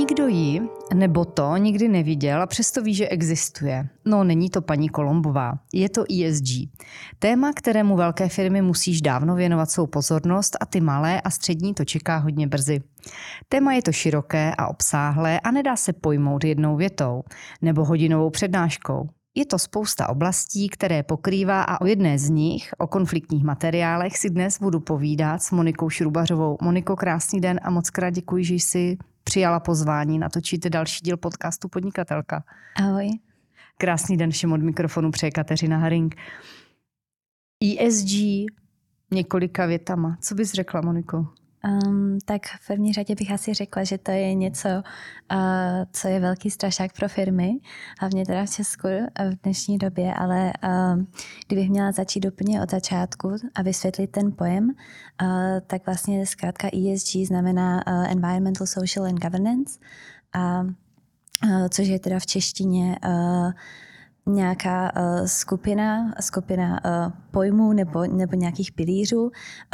Nikdo ji, nebo to, nikdy neviděl a přesto ví, že existuje. No, není to paní Kolombová, je to ESG. Téma, kterému velké firmy musíš dávno věnovat svou pozornost a ty malé a střední to čeká hodně brzy. Téma je to široké a obsáhlé a nedá se pojmout jednou větou nebo hodinovou přednáškou. Je to spousta oblastí, které pokrývá a o jedné z nich, o konfliktních materiálech, si dnes budu povídat s Monikou Šrubařovou. Moniko, krásný den a moc krát děkuji, že jsi přijala pozvání natočit další díl podcastu Podnikatelka. Ahoj. Krásný den všem od mikrofonu přeje Kateřina Haring. ESG několika větama. Co bys řekla, Moniko? Tak v první řadě bych asi řekla, že to je něco, co je velký strašák pro firmy, hlavně teda v Česku v dnešní době, ale kdybych měla začít úplně od začátku a vysvětlit ten pojem, tak vlastně zkrátka ESG znamená Environmental, Social and Governance, což je teda v češtině nějaká skupina pojmů nebo nějakých pilířů,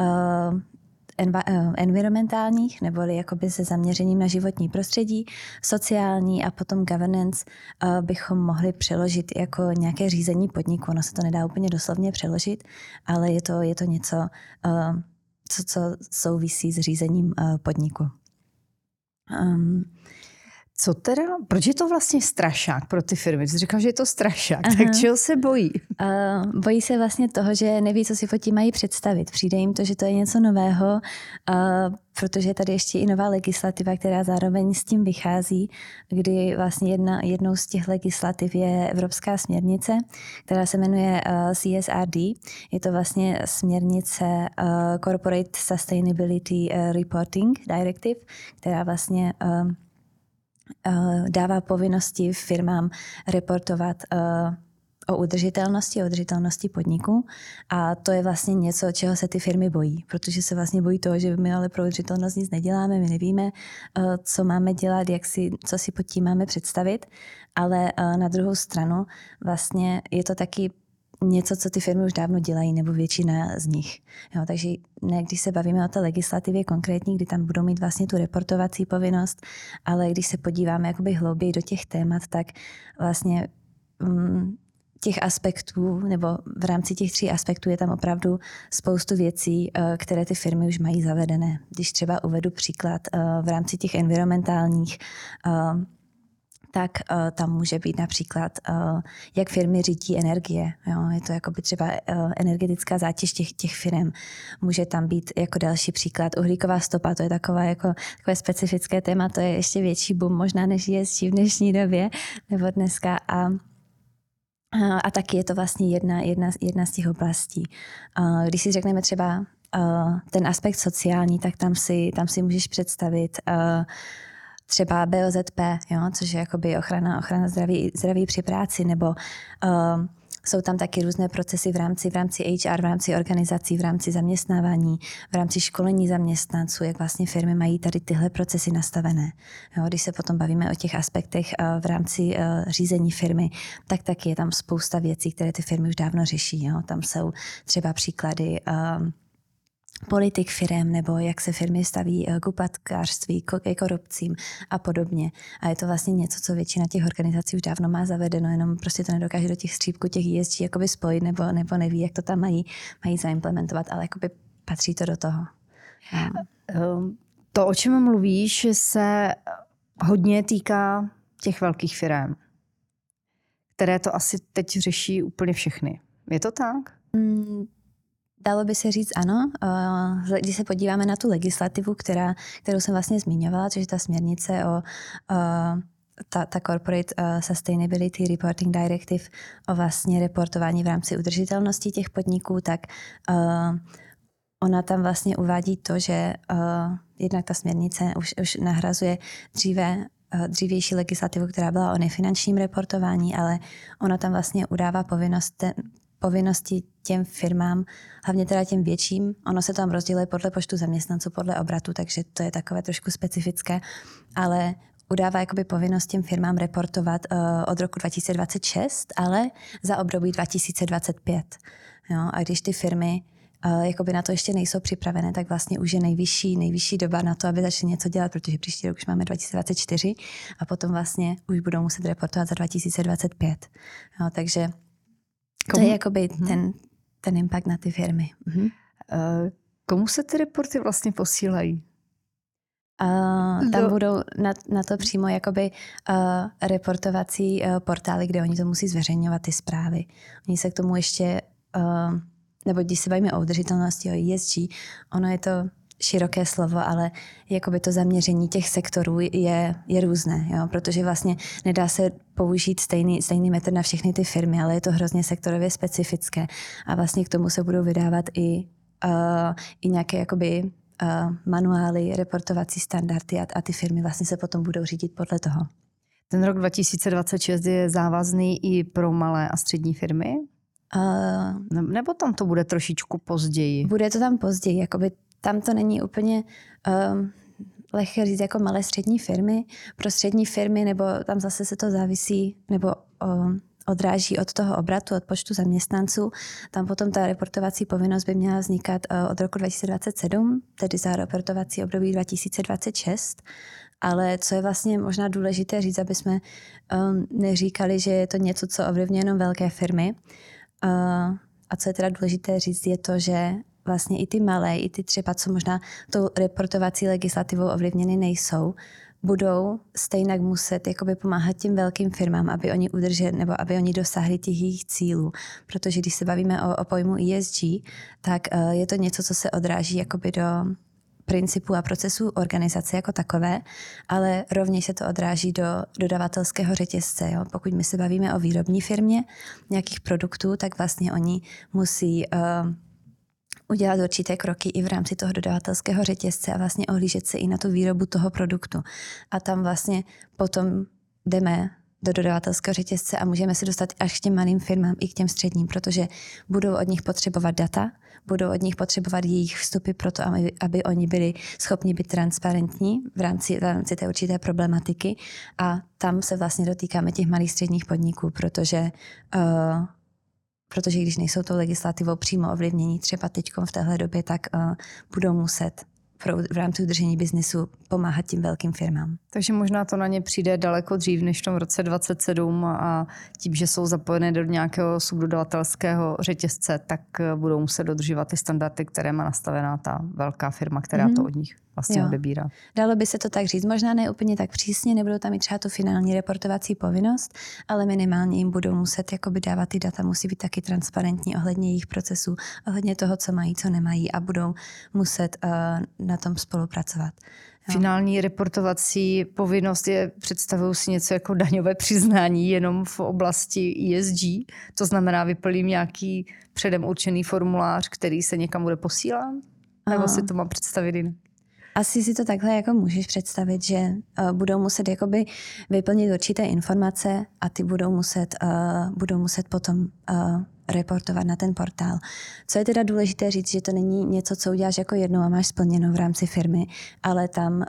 environmentálních, neboli jakoby se zaměřením na životní prostředí, sociální a potom governance bychom mohli přeložit jako nějaké řízení podniku. Ono se to nedá úplně doslovně přeložit, ale je to něco, co souvisí s řízením podniku. Co teda? Proč je to vlastně strašák pro ty firmy? Jsi říkal, že je to strašák, tak čeho se bojí? Bojí se vlastně toho, že neví, co si pod tím mají představit. Přijde jim to, že to je něco nového, protože je tady ještě i nová legislativa, která zároveň s tím vychází, kdy vlastně jednou z těch legislativ je Evropská směrnice, která se jmenuje CSRD. Je to vlastně směrnice Corporate Sustainability Reporting Directive, která vlastně dává povinnosti firmám reportovat o udržitelnosti podniku a to je vlastně něco, čeho se ty firmy bojí, protože se vlastně bojí toho, že my ale pro udržitelnost nic neděláme, my nevíme, co máme dělat, co si pod tím máme představit, ale na druhou stranu vlastně je to taky něco, co ty firmy už dávno dělají, nebo většina z nich. Jo, takže ne, když se bavíme o té legislativě konkrétní, kdy tam budou mít vlastně tu reportovací povinnost, ale když se podíváme jakoby hlouběji do těch témat, tak vlastně těch aspektů, nebo v rámci těch 3 aspektů je tam opravdu spoustu věcí, které ty firmy už mají zavedené. Když třeba uvedu příklad v rámci těch environmentálních, tak tam může být například, jak firmy řídí energie. Jo? Je to jakoby třeba energetická zátěž těch firm. Může tam být jako další příklad uhlíková stopa, to je takové takové specifické téma, to je ještě větší boom možná než ESG v dnešní době nebo dneska. A taky je to vlastně jedna z těch oblastí. Když si řekneme třeba ten aspekt sociální, tak tam si můžeš představit třeba BOZP, jo, což je jakoby ochrana zdraví při práci, nebo jsou tam taky různé procesy v rámci HR, v rámci organizací, v rámci zaměstnávání, v rámci školení zaměstnanců, jak vlastně firmy mají tady tyhle procesy nastavené. Jo, když se potom bavíme o těch aspektech v rámci řízení firmy, tak taky je tam spousta věcí, které ty firmy už dávno řeší. Jo. Tam jsou třeba příklady politik firem, nebo jak se firmy staví k úplatkářství, k korupcím a podobně. A je to vlastně něco, co většina těch organizací už dávno má zavedeno, jenom prostě to nedokáže do těch střípků těch ESG jakoby spojit, nebo neví, jak to tam mají zaimplementovat, ale jakoby patří to do toho. To, o čem mluvíš, se hodně týká těch velkých firem, které to asi teď řeší úplně všechny. Je to tak? Dalo by se říct ano. Když se podíváme na tu legislativu, kterou jsem vlastně zmiňovala, což je ta směrnice o ta Corporate Sustainability Reporting Directive o vlastně reportování v rámci udržitelnosti těch podniků, tak ona tam vlastně uvádí to, že jednak ta směrnice už nahrazuje dřívější legislativu, která byla o nefinančním reportování, ale ona tam vlastně udává povinnosti těm firmám, hlavně teda těm větším. Ono se tam rozděluje podle počtu zaměstnanců, podle obratu, takže to je takové trošku specifické, ale udává jakoby povinnost těm firmám reportovat od roku 2026, ale za období 2025. Jo? A když ty firmy jakoby na to ještě nejsou připravené, tak vlastně už je nejvyšší doba na to, aby začali něco dělat, protože příští rok už máme 2024 a potom vlastně už budou muset reportovat za 2025. Jo, takže to je jakoby ten impact na ty firmy. Komu se ty reporty vlastně posílají? Tam budou na to přímo jakoby reportovací portály, kde oni to musí zveřejňovat ty zprávy. Oni se k tomu ještě, nebo když se bavíme o udržitelnosti, o ESG, ono je to široké slovo, ale jakoby to zaměření těch sektorů je různé, jo? Protože vlastně nedá se použít stejný metod na všechny ty firmy, ale je to hrozně sektorově specifické a vlastně k tomu se budou vydávat i nějaké jakoby manuály, reportovací standardy a ty firmy vlastně se potom budou řídit podle toho. Ten rok 2026 je závazný i pro malé a střední firmy? Nebo tam to bude trošičku později? Bude to tam později, jakoby tam to není úplně lehké říct jako malé střední firmy. Pro střední firmy, nebo tam zase se to závisí, nebo odráží od toho obratu, od počtu zaměstnanců. Tam potom ta reportovací povinnost by měla vznikat od roku 2027, tedy za reportovací období 2026. Ale co je vlastně možná důležité říct, aby jsme neříkali, že je to něco, co ovlivňuje jenom velké firmy. A co je teda důležité říct, je to, že vlastně i ty malé, i ty třeba, co možná tou reportovací legislativou ovlivněny nejsou, budou stejně muset jakoby pomáhat těm velkým firmám, aby oni udrželi nebo aby oni dosáhli těch jejich cílů. Protože když se bavíme o pojmu ESG, tak je to něco, co se odráží jakoby do principů a procesů organizace jako takové, ale rovněž se to odráží do dodavatelského řetězce. Jo? Pokud my se bavíme o výrobní firmě nějakých produktů, tak vlastně oni musí udělat určité kroky i v rámci toho dodavatelského řetězce a vlastně ohlížet se i na tu výrobu toho produktu. A tam vlastně potom jdeme do dodavatelského řetězce a můžeme se dostat až k těm malým firmám i k těm středním, protože budou od nich potřebovat data, budou od nich potřebovat jejich vstupy pro to, aby oni byli schopni být transparentní v rámci té určité problematiky a tam se vlastně dotýkáme těch malých středních podniků, protože když nejsou tou legislativou přímo ovlivnění třeba teď v téhle době, tak budou muset v rámci udržení biznesu pomáhat tím velkým firmám. Takže možná to na ně přijde daleko dřív než v tom roce 2027 a tím, že jsou zapojené do nějakého subdodavatelského řetězce, tak budou muset dodržovat ty standardy, které má nastavená ta velká firma, která to od nich vlastně odebírá. Dalo by se to tak říct, možná ne úplně tak přísně, nebudou tam i třeba tu finální reportovací povinnost, ale minimálně jim budou muset jakoby dávat ty data, musí být taky transparentní ohledně jejich procesů, ohledně toho, co mají, co nemají a budou muset na tom spolupracovat. Jo. Finální reportovací povinnost je, představuju si něco jako daňové přiznání jenom v oblasti ESG. To znamená, vyplním nějaký předem určený formulář, který se někam bude posílán? Nebo si to mám představit jinak? Asi si to takhle jako můžeš představit, že budou muset jakoby vyplnit určité informace a ty budou muset potom reportovat na ten portál. Co je teda důležité říct, že to není něco, co uděláš jako jednou a máš splněno v rámci firmy, ale tam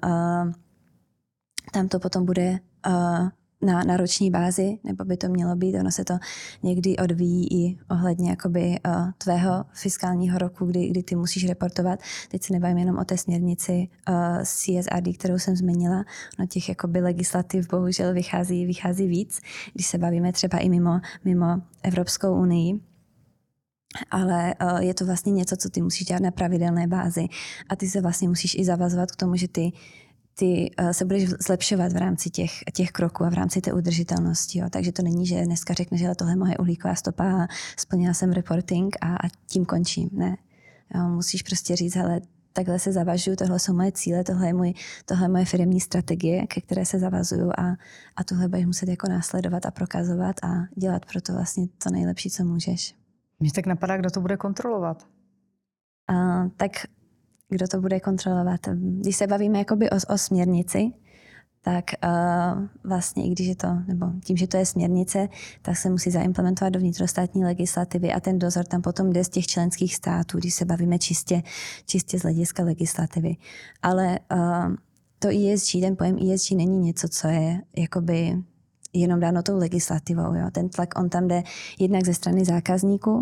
to potom bude na roční bázi, nebo by to mělo být. Ono se to někdy odvíjí i ohledně jakoby, tvého fiskálního roku, kdy ty musíš reportovat. Teď se nebavím jenom o té směrnici CSRD, kterou jsem zmínila. No těch jakoby legislativ bohužel vychází víc, když se bavíme třeba i mimo Evropskou unii. Ale je to vlastně něco, co ty musíš dělat na pravidelné bázi. A ty se vlastně musíš i zavazovat k tomu, že ty se budeš zlepšovat v rámci těch kroků a v rámci té udržitelnosti. Jo. Takže to není, že dneska řekneš, že tohle je moje uhlíková stopa a splnila jsem reporting a tím končím. Ne. Jo, musíš prostě říct, hele, takhle se zavažuju, tohle jsou moje cíle, tohle je moje firemní strategie, ke které se zavazuju a tohle budeš muset jako následovat a prokazovat a dělat pro to vlastně to nejlepší, co můžeš. Mně tak napadá, kdo to bude kontrolovat. Tak kdo to bude kontrolovat. Když se bavíme jakoby o směrnici, tak vlastně i když je to, nebo tím, že to je směrnice, tak se musí zaimplementovat do vnitrostátní legislativy a ten dozor tam potom jde z těch členských států, když se bavíme čistě z hlediska legislativy. Ale to ESG, ten pojem ESG není něco, co je jakoby jenom dáno tou legislativou. Jo. Ten tlak, on tam jde jednak ze strany zákazníků,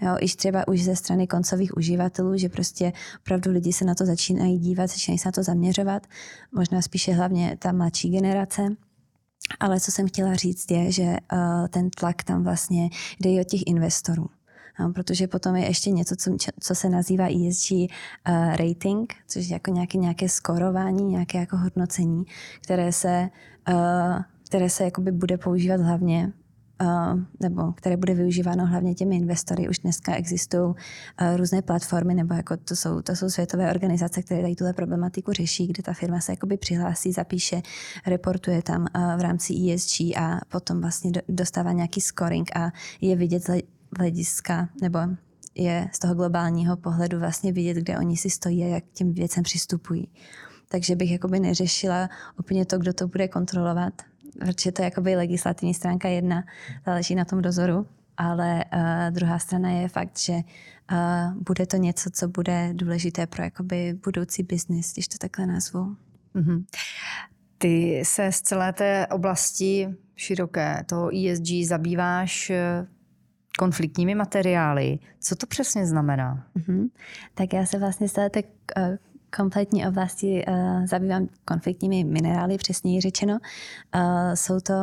Jo, i třeba už ze strany koncových uživatelů, že prostě opravdu lidi se na to začínají dívat, začínají se na to zaměřovat, možná spíše hlavně ta mladší generace. Ale co jsem chtěla říct je, že ten tlak tam vlastně jde i od těch investorů. No, protože potom je ještě něco, co se nazývá ESG rating, což je jako nějaké skórování, nějaké jako hodnocení, které se jakoby bude používat hlavně nebo které bude využíváno hlavně těmi investory. Už dneska existují různé platformy, nebo jako to jsou světové organizace, které tady tuhle problematiku řeší, kde ta firma se jakoby přihlásí, zapíše, reportuje tam v rámci ESG a potom vlastně dostává nějaký scoring a je vidět z hlediska, nebo je z toho globálního pohledu vlastně vidět, kde oni si stojí a jak k těm věcem přistupují. Takže bych jakoby neřešila úplně to, kdo to bude kontrolovat, protože to je jakoby legislativní stránka jedna, záleží na tom dozoru, ale druhá strana je fakt, že bude to něco, co bude důležité pro jakoby budoucí biznis, když to takhle nazvu. Mm-hmm. Ty se z celé té oblasti široké, toho ESG, zabýváš konfliktními materiály. Co to přesně znamená? Mm-hmm. Tak já se vlastně z celé té kompletní oblasti zabývám konfliktními minerály, přesněji řečeno. Jsou to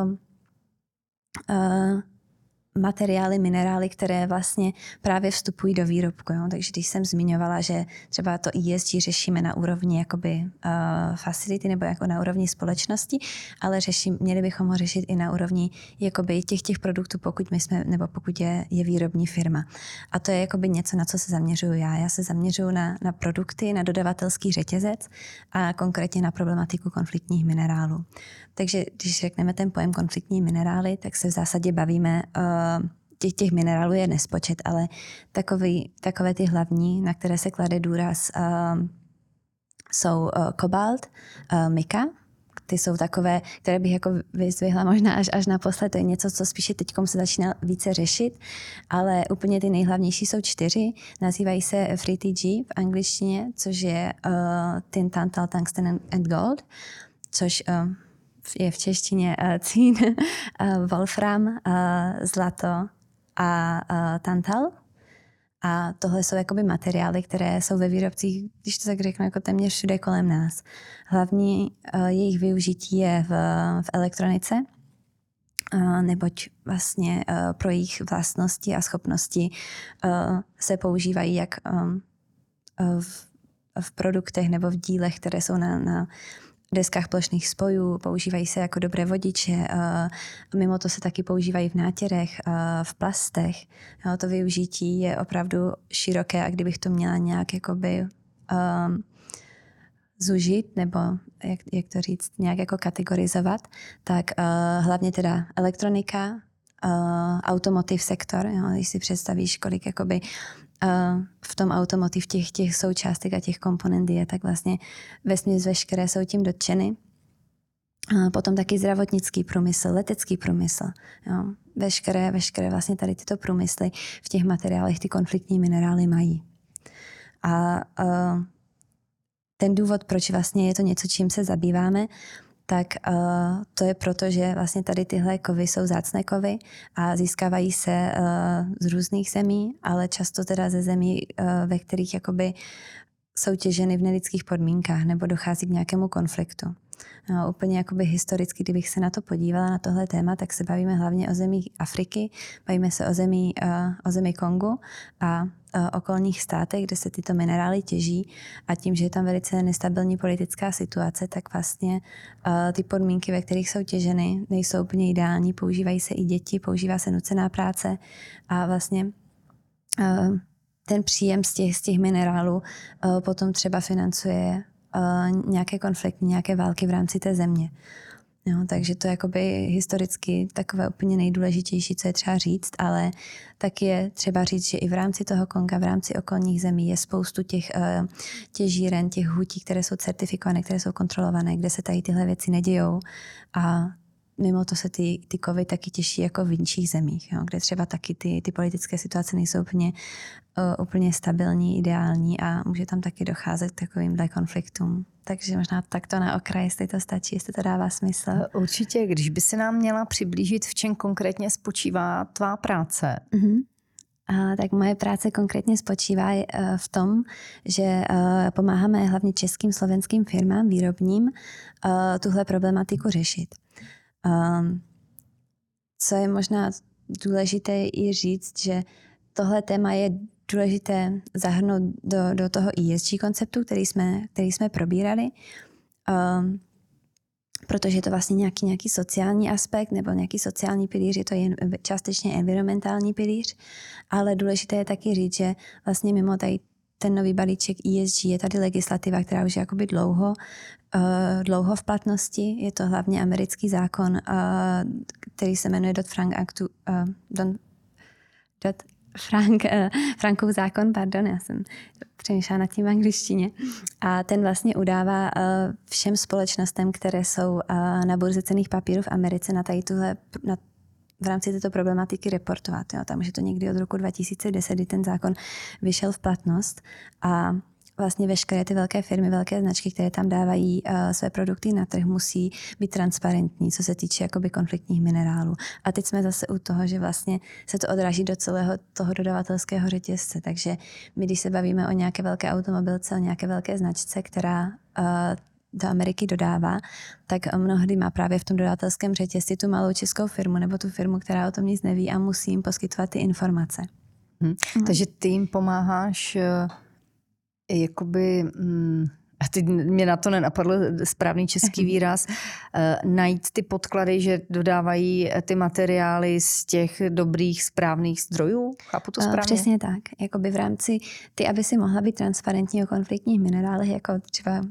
materiály, minerály, které vlastně právě vstupují do výrobku. Jo? Takže když jsem zmiňovala, že třeba to ESG řešíme na úrovni jakoby, facility nebo jako na úrovni společnosti, ale měli bychom ho řešit i na úrovni jakoby těch produktů, pokud je výrobní firma. A to je jakoby něco, na co se zaměřuju já. Já se zaměřuju na produkty, na dodavatelský řetězec a konkrétně na problematiku konfliktních minerálů. Takže když řekneme ten pojem konfliktní minerály, tak se v zásadě bavíme, těch minerálů je nespočet, ale takové ty hlavní, na které se klade důraz, jsou kobalt, mika. Ty jsou takové, které bych jako vyzdvihla možná až naposled. To je něco, co spíše teďkom se začíná více řešit, ale úplně ty nejhlavnější jsou 4. Nazývají se Free TG v angličtině, což je tin, tantal, tungsten and gold, což je v češtině cín, wolfram, zlato a tantal. A tohle jsou jakoby materiály, které jsou ve výrobcích, když to tak řeknu, jako téměř všude kolem nás. Hlavní jejich využití je v elektronice, neboť vlastně pro jejich vlastnosti a schopnosti se používají jak v produktech nebo v dílech, které jsou na deskách plošných spojů, používají se jako dobré vodiče, mimo to se taky používají v nátěrech, v plastech. Jo, to využití je opravdu široké a kdybych to měla nějak jakoby zužit, nebo jak to říct, nějak jako kategorizovat, tak hlavně teda elektronika, automotive sektor, jo, když si představíš, kolik jakoby v tom automotiv těch součástek a těch komponent je, tak vlastně vesměs veškeré jsou tím dotčeny. Potom taky zdravotnický průmysl, letecký průmysl. Jo. Veškeré vlastně tady tyto průmysly v těch materiálech ty konfliktní minerály mají. A ten důvod, proč vlastně je to něco, čím se zabýváme, tak to je proto, že vlastně tady tyhle kovy jsou vzácné kovy a získávají se z různých zemí, ale často teda ze zemí, ve kterých jakoby jsou těženy v nelidských podmínkách nebo dochází k nějakému konfliktu. No, úplně jakoby historicky, kdybych se na to podívala, na tohle téma, tak se bavíme hlavně o zemích Afriky, bavíme se o zemi Kongu a okolních státech, kde se tyto minerály těží a tím, že je tam velice nestabilní politická situace, tak vlastně ty podmínky, ve kterých jsou těženy, nejsou úplně ideální, používají se i děti, používá se nucená práce a vlastně ten příjem z těch minerálů potom třeba financuje nějaké konflikty, nějaké války v rámci té země. Jo, takže to je jakoby historicky takové úplně nejdůležitější, co je třeba říct, ale tak je třeba říct, že i v rámci toho Konga, v rámci okolních zemí je spoustu těch těžíren, těch hutí, které jsou certifikované, které jsou kontrolované, kde se tady tyhle věci nedějou a mimo to se ty kovy taky těší jako v jinších zemích, jo, kde třeba taky ty politické situace nejsou úplně stabilní, ideální a může tam taky docházet k takovýmhle konfliktům. Takže možná takto na okraj, jestli to stačí, jestli to dává smysl. Určitě, když by si nám měla přiblížit, v čem konkrétně spočívá tvá práce. Mm-hmm. Tak moje práce konkrétně spočívá v tom, že pomáháme hlavně českým, slovenským firmám výrobním tuhle problematiku řešit. Co je možná důležité i říct, že tohle téma je důležité zahrnout do toho ESG konceptu, který jsme probírali, protože je to vlastně nějaký sociální aspekt nebo nějaký sociální pilíř, je to jen částečně environmentální pilíř, ale důležité je taky říct, že vlastně mimo tady ten nový balíček ESG je tady legislativa, která už je jakoby dlouho v platnosti. Je to hlavně americký zákon, který se jmenuje Frankův zákon, já jsem přemýšlela nad tím v angličtině. A ten vlastně udává všem společnostem, které jsou na burze cenných papírů v Americe v rámci této problematiky reportovat. Jo. Tam už je to někdy od roku 2010, kdy ten zákon vyšel v platnost a vlastně veškeré ty velké firmy, velké značky, které tam dávají své produkty na trh, musí být transparentní, co se týče jakoby konfliktních minerálů. A teď jsme zase u toho, že vlastně se to odráží do celého toho dodavatelského řetězce. Takže my, když se bavíme o nějaké velké automobilce, o nějaké velké značce, která do Ameriky dodává, tak mnohdy má právě v tom dodavatelském řetězci tu malou českou firmu nebo tu firmu, která o tom nic neví a musí jim poskytovat ty informace. Takže ty jim pomáháš jakoby, a teď mě na to nenapadl správný český výraz, najít ty podklady, že dodávají ty materiály z těch dobrých, správných zdrojů? Chápu to správně? Přesně tak. Jakoby v rámci, ty, aby si mohla být transparentní o konfliktních minerálech, jako třeba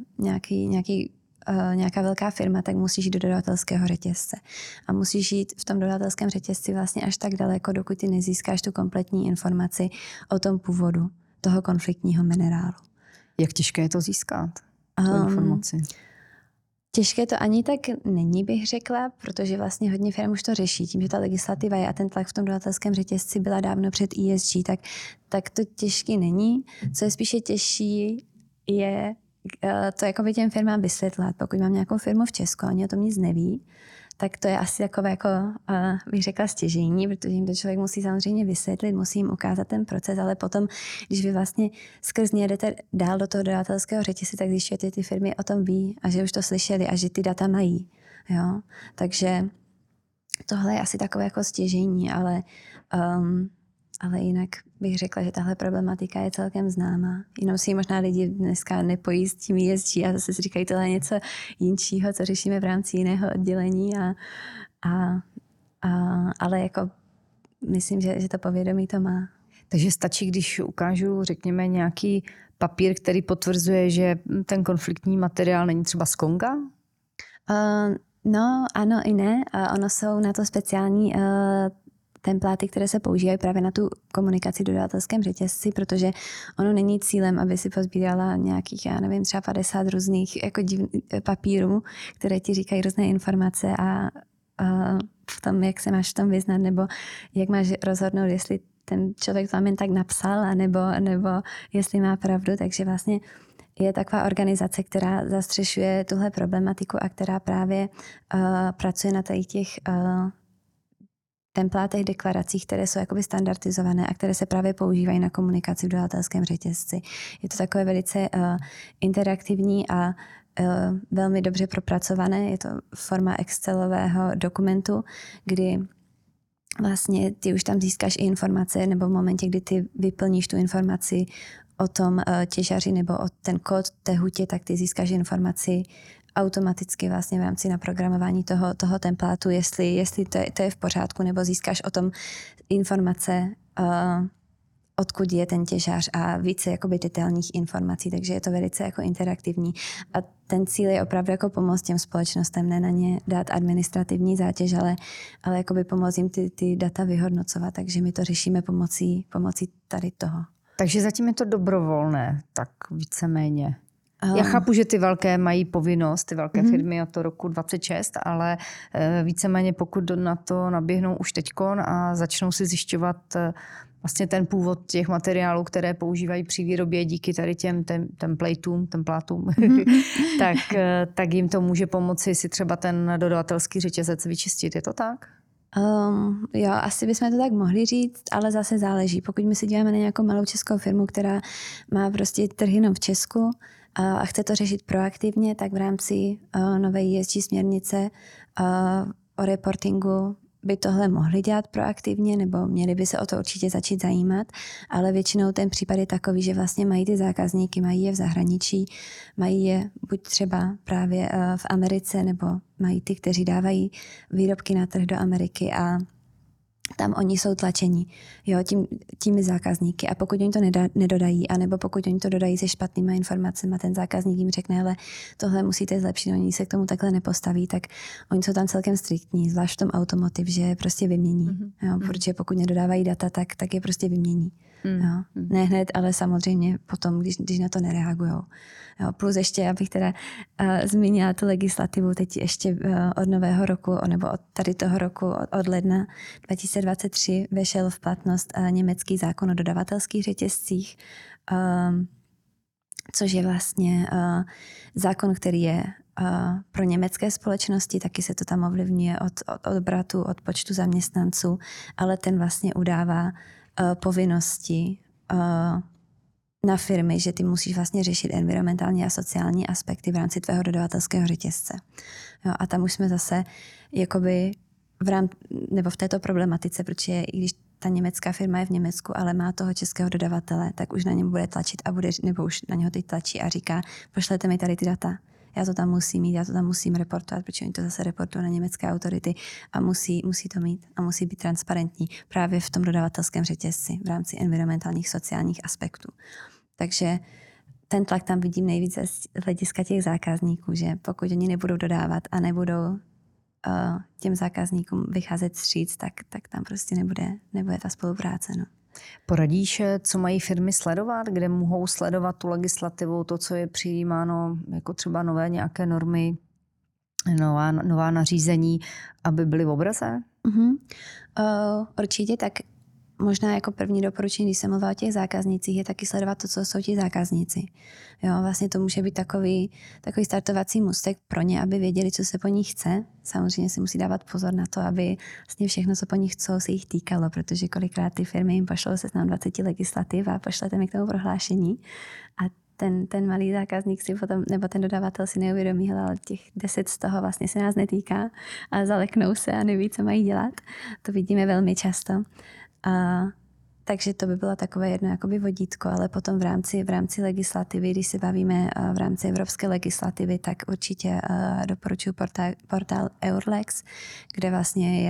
nějaká velká firma, tak musíš jít do dodavatelského řetězce. A musíš jít v tom dodavatelském řetězci vlastně až tak daleko, dokud ty nezískáš tu kompletní informaci o tom původu toho konfliktního minerálu. Jak těžké je to získat, tu informaci? Těžké to ani tak není, bych řekla, protože vlastně hodně firm už to řeší. Tím, že ta legislativa je a ten tlak v tom dodavatelském řetězci byla dávno před ESG, tak to těžký není. Co je spíše těžší, je to jakoby těm firmám vysvětlat. Pokud mám nějakou firmu v Česku, oni o tom nic neví, tak to je asi takové, bych řekla, stěžejní, protože jim to člověk musí samozřejmě vysvětlit, musí jim ukázat ten proces, ale potom, když vy vlastně skrz ně jdete dál do toho dodavatelského řetězce, tak zjišťujete, že ty firmy o tom ví a že už to slyšeli a že ty data mají. Jo? Takže tohle je asi takové jako stěžejní, ale jinak bych řekla, že tahle problematika je celkem známá. Jenom si možná lidi dneska nepojí s tím ESG a zase si říkají, tohle je něco jinčího, co řešíme v rámci jiného oddělení. Ale jako myslím, že to povědomí to má. Takže stačí, když ukážu, řekněme, nějaký papír, který potvrzuje, že ten konfliktní materiál není třeba z Konga? No, ano i ne. Ono jsou na to speciální templáty, které se používají právě na tu komunikaci v dodavatelském řetězci, protože ono není cílem, aby si pozbírala nějakých, já nevím, třeba 50 různých jako papírů, které ti říkají různé informace a v tom, jak se máš v tom vyznat, nebo jak máš rozhodnout, jestli ten člověk vám jen tak napsal, nebo jestli má pravdu. Takže vlastně je taková organizace, která zastřešuje tuhle problematiku a která právě pracuje na těch templátech, deklaracích, které jsou jakoby standardizované a které se právě používají na komunikaci v dodavatelském řetězci. Je to takové velice interaktivní a velmi dobře propracované. Je to forma Excelového dokumentu, kdy vlastně ty už tam získáš i informace, nebo v momentě, kdy ty vyplníš tu informaci o tom těžaři nebo o ten kód té hutě, tak ty získáš informaci automaticky vlastně v rámci naprogramování toho templátu, jestli to je v pořádku, nebo získáš o tom informace, odkud je ten těžař a více jakoby detailních informací, takže je to velice jako interaktivní. A ten cíl je opravdu jako pomoct těm společnostem, ne na ně dát administrativní zátěž, ale jakoby pomoct jim ty data vyhodnocovat, takže my to řešíme pomocí tady toho. Takže zatím je to dobrovolné, tak víceméně. Já chápu, že ty velké mají povinnost, ty velké firmy od toho roku 26, ale víceméně pokud na to naběhnou už teďkon a začnou si zjišťovat vlastně ten původ těch materiálů, které používají při výrobě díky tady těm templátům, tak jim to může pomoci si třeba ten dodavatelský řetězec vyčistit. Je to tak? Jo, asi bychom to tak mohli říct, ale zase záleží. Pokud my si díváme na nějakou malou českou firmu, která má prostě trh jenom v Česku a chce to řešit proaktivně, tak v rámci nové ESG směrnice o reportingu by tohle mohli dělat proaktivně, nebo měli by se o to určitě začít zajímat, ale většinou ten případ je takový, že vlastně mají ty zákazníky, mají je v zahraničí, mají je buď třeba právě v Americe, nebo mají ty, kteří dávají výrobky na trh do Ameriky a tam oni jsou tlačeni, jo, těmi zákazníky. A pokud oni to nedodají, anebo pokud oni to dodají se špatnýma informacemi, ten zákazník jim řekne, ale tohle musíte zlepšit, oni se k tomu takhle nepostaví, tak oni jsou tam celkem striktní, zvlášť v tom automotiv, že je prostě vymění. Jo, protože pokud nedodávají data, tak je prostě vymění. Jo. Ne hned, ale samozřejmě potom, když na to nereagujou. Jo, plus ještě, abych teda zmínila tu legislativu teď ještě od nového roku, nebo od tady toho roku, od ledna 2023 vešel v platnost německý zákon o dodavatelských řetězcích, což je vlastně zákon, který je pro německé společnosti, taky se to tam ovlivňuje od obratu, od počtu zaměstnanců, ale ten vlastně udává povinnosti na firmy, že ty musíš vlastně řešit environmentální a sociální aspekty v rámci tvého dodavatelského řetězce. Jo, a tam už jsme zase jakoby nebo v této problematice, protože i když ta německá firma je v Německu, ale má toho českého dodavatele, tak už na něm bude tlačit nebo už na něho teď tlačí a říká, pošlete mi tady ty data. Já to tam musím mít, já to tam musím reportovat, protože oni to zase reportují na německé autority a musí to mít a musí být transparentní právě v tom dodavatelském řetězci v rámci environmentálních sociálních aspektů. Takže ten tlak tam vidím nejvíce z hlediska těch zákazníků, že pokud oni nebudou dodávat a nebudou těm zákazníkům vycházet vstříc, tak tam prostě nebude ta spolupráce. No. Poradíš, co mají firmy sledovat, kde mohou sledovat tu legislativu, to, co je přijímáno, jako třeba nové nějaké normy, nová nařízení, aby byly v obraze? Určitě, tak možná jako první doporučení, když jsem mluvila o těch zákaznících, je taky sledovat to, co jsou ti zákazníci. Jo, vlastně to může být takový startovací můstek pro ně, aby věděli, co se po nich chce. Samozřejmě si musí dávat pozor na to, aby vlastně všechno, co po nich chcou, se jich týkalo, protože kolikrát ty firmy jim pošlou seznam 20 legislativ a pošlete mi k tomu prohlášení. A ten malý zákazník si potom, nebo ten dodavatel si neuvědomí, ale těch 10 z toho vlastně se nás netýká a zaleknou se a neví, co mají dělat. To vidíme velmi často. Takže to by bylo takové jedno jakoby vodítko, ale potom v rámci legislativy, když se bavíme v rámci evropské legislativy, tak určitě doporučuji portál Eurlex, kde vlastně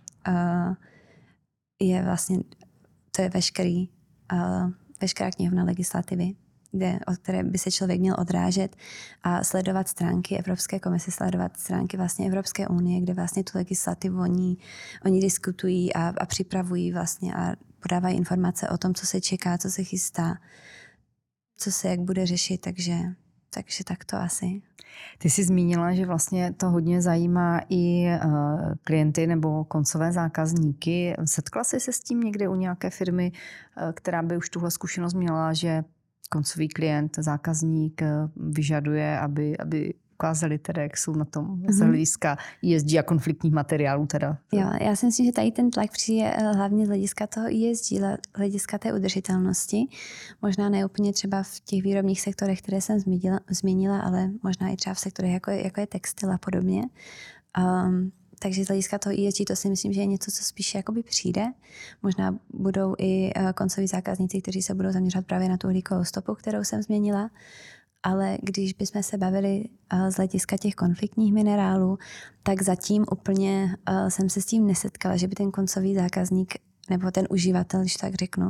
je vlastně, to je veškerá knihovna legislativy, od které by se člověk měl odrážet a sledovat stránky Evropské komise, sledovat stránky vlastně Evropské unie, kde vlastně tu legislativu oni diskutují a připravují vlastně a podávají informace o tom, co se čeká, co se chystá, co se jak bude řešit, takže tak to asi. Ty jsi zmínila, že vlastně to hodně zajímá i klienty nebo koncové zákazníky. Setkala jsi se s tím někde u nějaké firmy, která by už tuhle zkušenost měla, že koncový klient, zákazník vyžaduje, aby ukázali teda, jak jsou na tom z hlediska ESG a konfliktních materiálů teda. Jo, já si myslím, že tady ten tlak přijde hlavně z hlediska toho ESG, hlediska té udržitelnosti. Možná ne úplně třeba v těch výrobních sektorech, které jsem zmínila, ale možná i třeba v sektorech, jako je textil a podobně. Takže z hlediska toho ESG to si myslím, že je něco, co spíše jakoby přijde. Možná budou i koncoví zákazníci, kteří se budou zaměřovat právě na tu uhlíkovou stopu, kterou jsem změnila. Ale když bychom se bavili z hlediska těch konfliktních minerálů, tak zatím úplně jsem se s tím nesetkala, že by ten koncový zákazník nebo ten uživatel, když tak řeknu,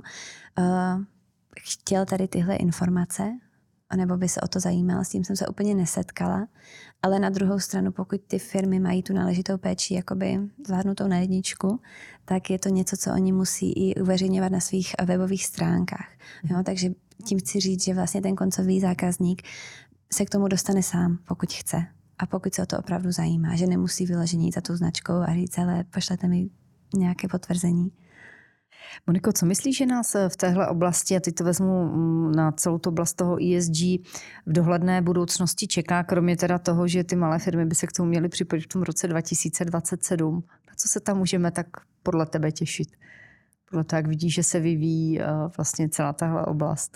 chtěl tady tyhle informace, nebo by se o to zajímal, s tím jsem se úplně nesetkala. Ale na druhou stranu, pokud ty firmy mají tu náležitou péči jakoby zvládnutou na jedničku, tak je to něco, co oni musí i uveřejňovat na svých webových stránkách. Jo, takže tím chci říct, že vlastně ten koncový zákazník se k tomu dostane sám, pokud chce. A pokud se o to opravdu zajímá, že nemusí vyložení za tou značkou a říct, ale pošlete mi nějaké potvrzení. Moniko, co myslíš, že nás v téhle oblasti, a teď to vezmu na celou tu oblast toho ESG, v dohledné budoucnosti čeká, kromě teda toho, že ty malé firmy by se k tomu měly připojit v tom roce 2027, Na co se tam můžeme tak podle tebe těšit? Podle toho, jak vidíš, že se vyvíjí vlastně celá tahle oblast.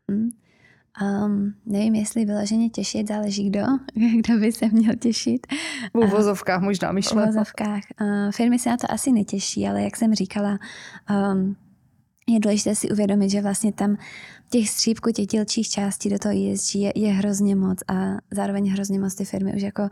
Nevím, jestli vyloženě těšit, záleží kdo by se měl těšit. V uvozovkách možná myšleno. V uvozovkách. Firmy se na to asi netěší, ale jak jsem říkala, je důležité si uvědomit, že vlastně tam těch střípků, těch dílčích částí do toho ESG je hrozně moc a zároveň hrozně moc ty firmy už jako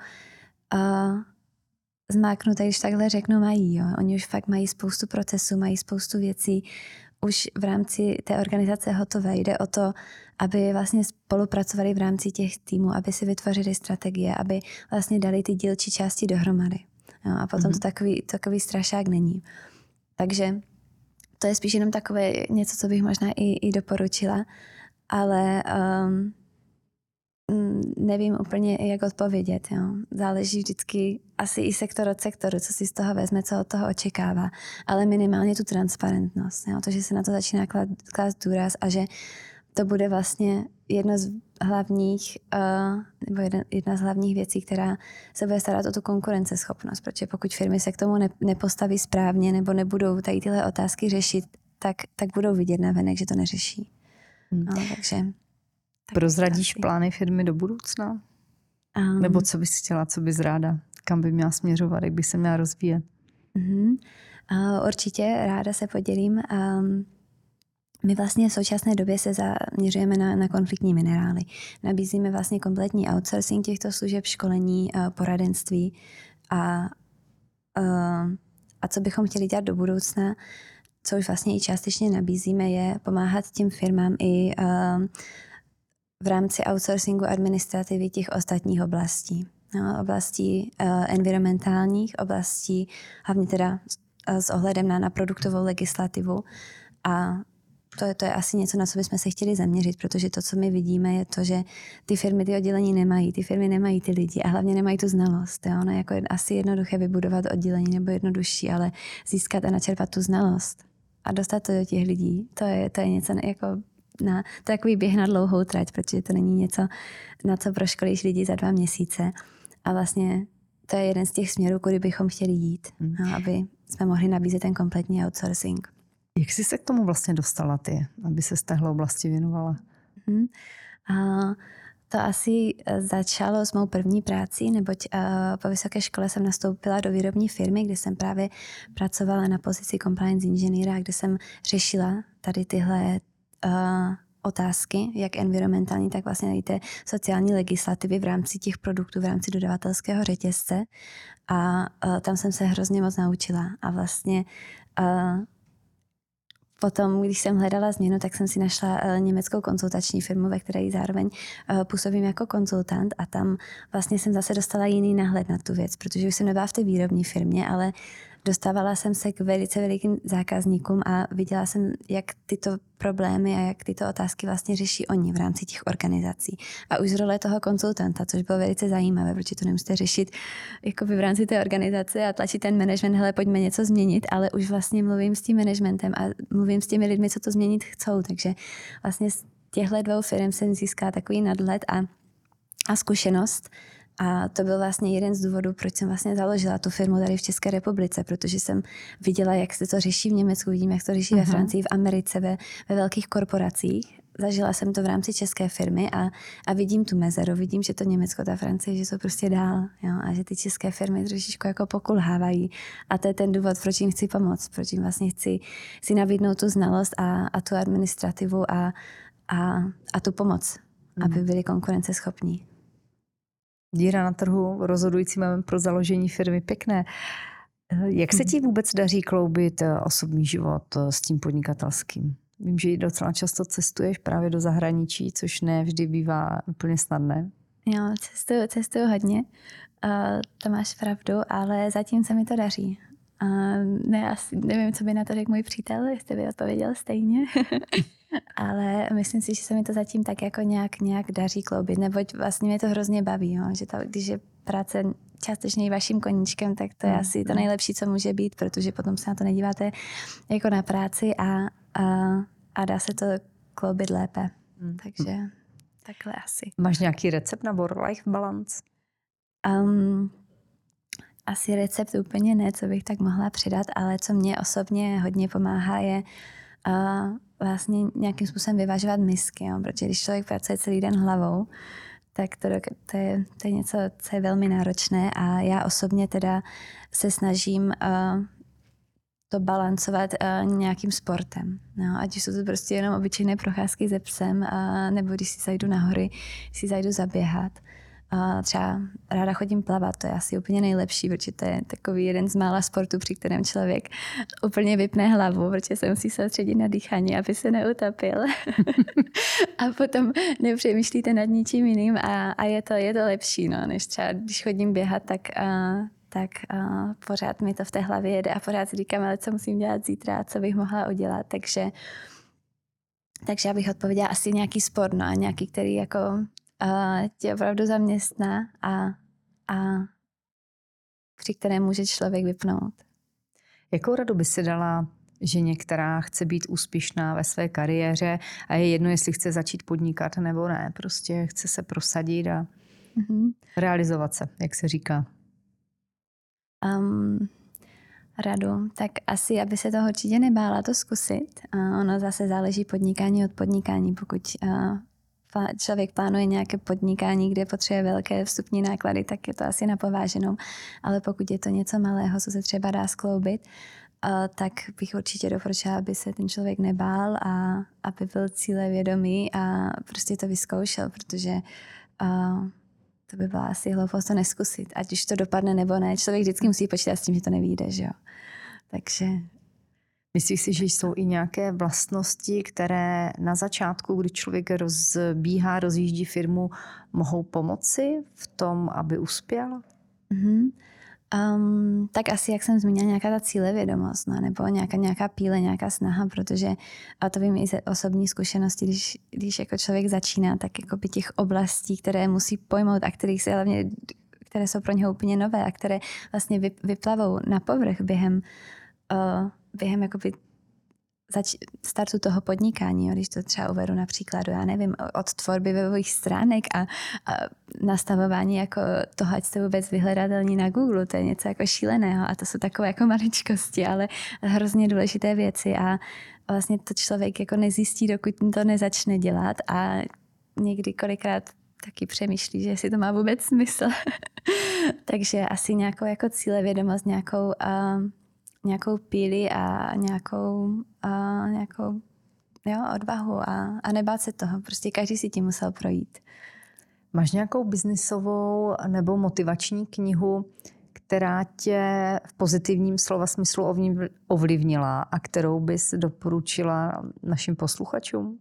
zmáknuté, když takhle řeknu, mají. Jo. Oni už fakt mají spoustu procesů, mají spoustu věcí už v rámci té organizace hotové. Jde o to, aby vlastně spolupracovali v rámci těch týmů, aby si vytvořili strategie, aby vlastně dali ty dílčí části dohromady. Jo. A potom to takový strašák není. Takže to je spíš jenom takové něco, co bych možná i doporučila, ale nevím úplně, jak odpovědět. Jo. Záleží vždycky asi i sektor od sektoru, co si z toho vezme, co od toho očekává. Ale minimálně tu transparentnost. Jo. To, že se na to začíná klást důraz a že to bude vlastně jedno z hlavních, nebo jedna z hlavních věcí, která se bude starat o tu konkurenceschopnost. Protože pokud firmy se k tomu nepostaví správně nebo nebudou tady tyhle otázky řešit, tak budou vidět navenek, že to neřeší. No, takže... Prozradíš plány firmy do budoucna? Nebo co bys chtěla, co bys ráda? Kam by měla směřovat, jak by se měla rozvíjet? Určitě ráda se podělím. My vlastně v současné době se zaměřujeme na konfliktní minerály. Nabízíme vlastně kompletní outsourcing těchto služeb, školení, poradenství a co bychom chtěli dělat do budoucna, co už vlastně i částečně nabízíme, je pomáhat těm firmám i v rámci outsourcingu administrativy těch ostatních oblastí. No, oblastí environmentálních, oblastí hlavně teda s ohledem na produktovou legislativu. A to je asi něco, na co bychom se chtěli zaměřit, protože to, co my vidíme, je to, že ty firmy ty oddělení nemají, ty firmy nemají ty lidi a hlavně nemají tu znalost. Jo? Ono je jako asi jednoduché vybudovat oddělení nebo jednodušší, ale získat a načerpat tu znalost a dostat to do těch lidí, to je něco jako to je takový běh na dlouhou trať, protože to není něco, na co proškolíš lidi za 2 měsíce. A vlastně to je jeden z těch směrů, kudy bychom chtěli jít, aby jsme mohli nabízet ten kompletní outsourcing. Jak jsi se k tomu vlastně dostala ty, aby se z téhle oblasti věnovala? To asi začalo s mou první prací, neboť po vysoké škole jsem nastoupila do výrobní firmy, kde jsem právě pracovala na pozici compliance inženýra, kde jsem řešila tady tyhle otázky, jak environmentální, tak vlastně i té sociální legislativy v rámci těch produktů, v rámci dodavatelského řetězce. A tam jsem se hrozně moc naučila. A vlastně potom, když jsem hledala změnu, tak jsem si našla německou konzultační firmu, ve které zároveň působím jako konzultant a tam vlastně jsem zase dostala jiný náhled na tu věc, protože už jsem nebyla v té výrobní firmě, ale dostávala jsem se k velice velikým zákazníkům a viděla jsem, jak tyto problémy a jak tyto otázky vlastně řeší oni v rámci těch organizací. A už z role toho konzultanta, což bylo velice zajímavé, protože to nemusíte řešit jakoby v rámci té organizace a tlačit ten management, hele, pojďme něco změnit, ale už vlastně mluvím s tím managementem a mluvím s těmi lidmi, co to změnit chcou. Takže vlastně z těchto 2 firm jsem získala takový nadhled a zkušenost. A to byl vlastně jeden z důvodů, proč jsem vlastně založila tu firmu tady v České republice, protože jsem viděla, jak se to řeší v Německu, vidím, jak to řeší ve Francii, v Americe, ve velkých korporacích. Zažila jsem to v rámci české firmy a vidím tu mezeru, vidím, že to Německo, ta Francie, že jsou prostě dál, jo, a že ty české firmy trošičku jako pokulhávají. A to je ten důvod, proč jim chci pomoct, proč jim vlastně chci si nabídnout tu znalost a tu administrativu a tu pomoc, aby byli konkurenceschopní. Díra na trhu, rozhodující moment pro založení firmy, pěkné. Jak se ti vůbec daří kloubit osobní život s tím podnikatelským? Vím, že docela často cestuješ právě do zahraničí, což ne vždy bývá úplně snadné. Jo, cestuju hodně, to máš pravdu, ale zatím se mi to daří. Asi nevím, co by na to řekl můj přítel, jestli by odpověděl stejně. Ale myslím si, že se mi to zatím tak jako nějak daří kloubit, neboť vlastně mě to hrozně baví, jo? Že když je práce částečně i vaším koníčkem, tak to je asi to nejlepší, co může být, protože potom se na to nedíváte jako na práci a dá se to kloubit lépe. Takže takhle asi. Máš nějaký recept na work-life balance? asi recept úplně ne, co bych tak mohla přidat, ale co mě osobně hodně pomáhá je vlastně nějakým způsobem vyvažovat misky, jo? Protože když člověk pracuje celý den hlavou, tak to je něco, co je velmi náročné a já osobně teda se snažím to balancovat nějakým sportem. No, ať jsou to prostě jenom obyčejné procházky se psem, nebo když si zajdu na hory, si zajdu zaběhat. Třeba ráda chodím plavat, to je asi úplně nejlepší, protože to je takový jeden z mála sportů, při kterém člověk úplně vypne hlavu, protože se musí soustředit na dýchání, aby se neutopil. A potom nepřemýšlíte nad ničím jiným a je to lepší, no, než třeba když chodím běhat, tak pořád mi to v té hlavě jede a pořád si říkám, ale co musím dělat zítra, co bych mohla udělat. Takže já bych odpověděla asi nějaký sport, no, a nějaký, který jako tě opravdu zaměstná a při kterém může člověk vypnout. Jakou radu by si dala ženě, která chce být úspěšná ve své kariéře a je jedno, jestli chce začít podnikat nebo ne, prostě chce se prosadit a realizovat se, jak se říká? Radu, tak asi, aby se toho určitě nebála to zkusit. Ono zase záleží podnikání od podnikání. Pokud člověk plánuje nějaké podnikání, kde potřebuje velké vstupní náklady, tak je to asi na pováženou. Ale pokud je to něco malého, co se třeba dá skloubit, tak bych určitě doporučila, aby se ten člověk nebál a aby byl cílevědomý a prostě to vyzkoušel, protože to by byla asi hloupost to neskusit. Ať už to dopadne nebo ne, člověk vždycky musí počítat s tím, že to nevyjde, že jo. Takže... Myslíš si, že jsou i nějaké vlastnosti, které na začátku, kdy člověk rozjíždí firmu, mohou pomoci v tom, aby uspěl? Tak asi, jak jsem zmínila, nějaká ta cílevědomost, no, nebo nějaká píle, nějaká snaha, protože a to vím i ze osobní zkušenosti, když jako člověk začíná, tak jako by těch oblastí, které musí pojmout a které jsou pro něho úplně nové a které vlastně vyplavou na povrch během jakoby startu toho podnikání, jo, když to třeba uvedu na příkladu, já nevím, od tvorby webových stránek a nastavování jako toho, ať jste vůbec vyhledatelní na Google, to je něco jako šíleného a to jsou takové jako maličkosti, ale hrozně důležité věci a vlastně to člověk jako nezjistí, dokud to nezačne dělat a někdy kolikrát taky přemýšlí, že jestli to má vůbec smysl. Takže asi nějakou jako cílevědomost, nějakou píli a nějakou odvahu a nebát se toho. Prostě každý si tím musel projít. Máš nějakou biznisovou nebo motivační knihu, která tě v pozitivním slova smyslu ovlivnila a kterou bys doporučila našim posluchačům?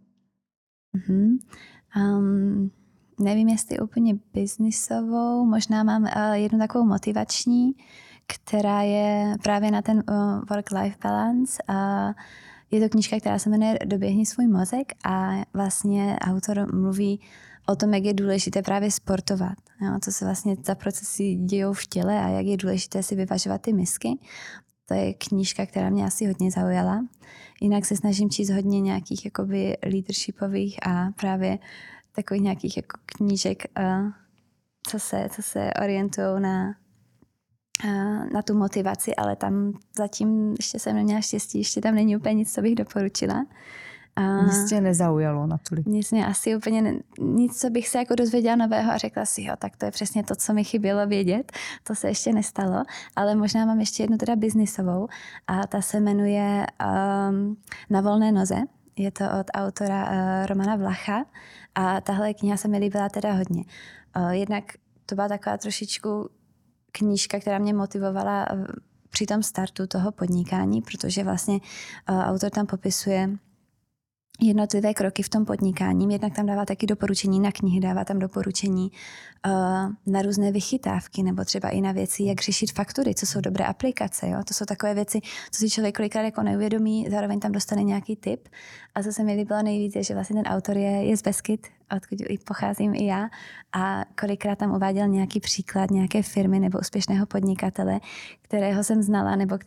Nevím, jestli úplně biznisovou. Možná mám jednu takovou motivační, která je právě na ten work-life balance. Je to knížka, která se jmenuje Doběhni svůj mozek a vlastně autor mluví o tom, jak je důležité právě sportovat. Jo, co se vlastně za procesy dějou v těle a jak je důležité si vyvažovat ty misky. To je knížka, která mě asi hodně zaujala. Jinak se snažím číst hodně nějakých jakoby leadershipových a právě takových nějakých jako knížek, co se orientují na tu motivaci, ale tam zatím ještě jsem neměla štěstí, ještě tam není úplně nic, co bych doporučila. Nic tě nezaujalo natolik? Nic mě asi úplně nic, co bych se jako dozvěděla nového a řekla si, jo, tak to je přesně to, co mi chybělo vědět. To se ještě nestalo, ale možná mám ještě jednu teda biznisovou a ta se jmenuje Na volné noze. Je to od autora Romana Vlacha a tahle kniha se mi líbila teda hodně. Jednak to byla taková trošičku knížka, která mě motivovala při tom startu toho podnikání, protože vlastně autor tam popisuje jednotlivé kroky v tom podnikání. Jednak tam dává taky doporučení na knihy, dává tam doporučení na různé vychytávky nebo třeba i na věci, jak řešit faktury, co jsou dobré aplikace. Jo? To jsou takové věci, co si člověk kolikrát jako neuvědomí, zároveň tam dostane nějaký tip. A co se mi líbilo nejvíc, je, že vlastně ten autor je z Beskyt, odkud pocházím i já. A kolikrát tam uváděl nějaký příklad nějaké firmy nebo úspěšného podnikatele, kterého jsem znala nebo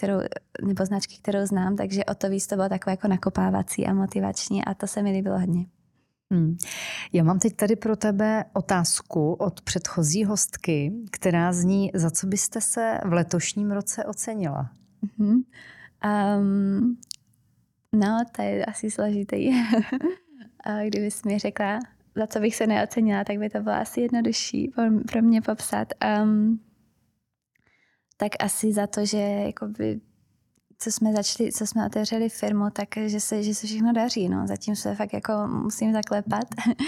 značky, kterou znám, takže o to víc to bylo takové jako nakopávací a motivační a to se mi líbilo hodně. Já mám teď tady pro tebe otázku od předchozí hostky, která zní, za co byste se v letošním roce ocenila? No, to je asi složitý. A kdybys mi řekla, za co bych se neocenila, tak by to bylo asi jednodušší pro mě popsat. Tak asi za to, že jakoby, co jsme otevřeli firmu, tak že se všechno daří. No. Zatím se fakt jako musím zaklepat.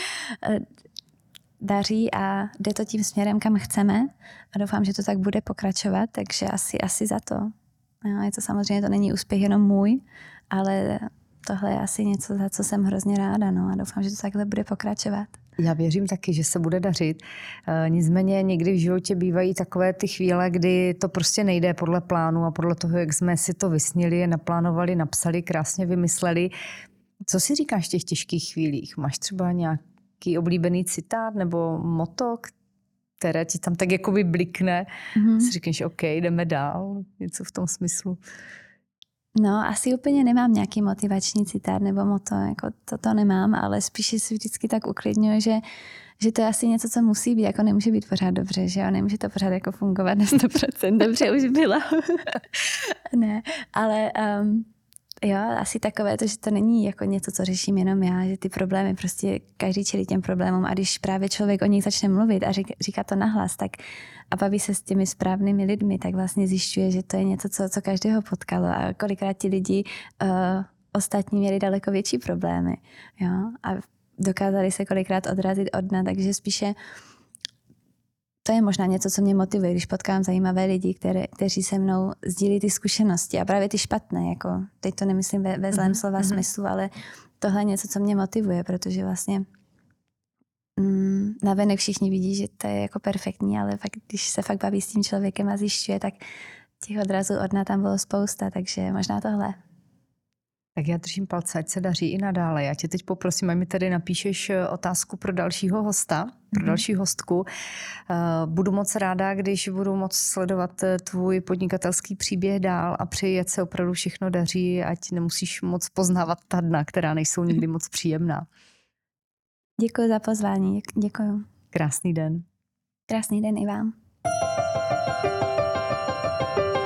Daří a jde to tím směrem, kam chceme a doufám, že to tak bude pokračovat, takže asi za to. No, je to samozřejmě, to není úspěch jenom můj, ale tohle je asi něco, za co jsem hrozně ráda, no, a doufám, že to takhle bude pokračovat. Já věřím taky, že se bude dařit. Nicméně někdy v životě bývají takové ty chvíle, kdy to prostě nejde podle plánu a podle toho, jak jsme si to vysnili, naplánovali, napsali, krásně vymysleli. Co si říkáš v těch těžkých chvílích? Máš třeba nějaký oblíbený citát nebo motto, které ti tam tak jakoby blikne? Si říkáš, OK, jdeme dál. Něco v tom smyslu. No, asi úplně nemám nějaký motivační citát nebo motto, jako to nemám, ale spíš si vždycky tak uklidňuji, že to je asi něco, co musí být, jako nemůže být pořád dobře, že jo, nemůže to pořád jako fungovat na 100%, dobře už bylo. Ne, ale jo, asi takové to, že to není jako něco, co řeším jenom já, že ty problémy prostě každý čelí těm problémům a když právě člověk o nich začne mluvit a říká to nahlas, tak a baví se s těmi správnými lidmi, tak vlastně zjišťuje, že to je něco, co každého potkalo a kolikrát ti lidi ostatní měli daleko větší problémy, jo, a dokázali se kolikrát odrazit od dna, takže spíše to je možná něco, co mě motivuje, když potkám zajímavé lidi, kteří se mnou sdílí ty zkušenosti a právě ty špatné, jako teď to nemyslím ve zlém slova smyslu, ale tohle je něco, co mě motivuje, protože vlastně navenek všichni vidí, že to je jako perfektní, ale fakt, když se fakt baví s tím člověkem a zjišťuje, tak těch odrazů od dna tam bylo spousta, takže možná tohle. Tak já držím palce, ať se daří i nadále. Já tě teď poprosím, ať mi tady napíšeš otázku pro dalšího hosta, pro další hostku. Budu moc ráda, když budu moc sledovat tvůj podnikatelský příběh dál a přeji, ať se opravdu všechno daří, ať nemusíš moc poznávat ta dna, která nejsou nikdy moc příjemná. Děkuji za pozvání, děkuji. Krásný den. Krásný den i vám.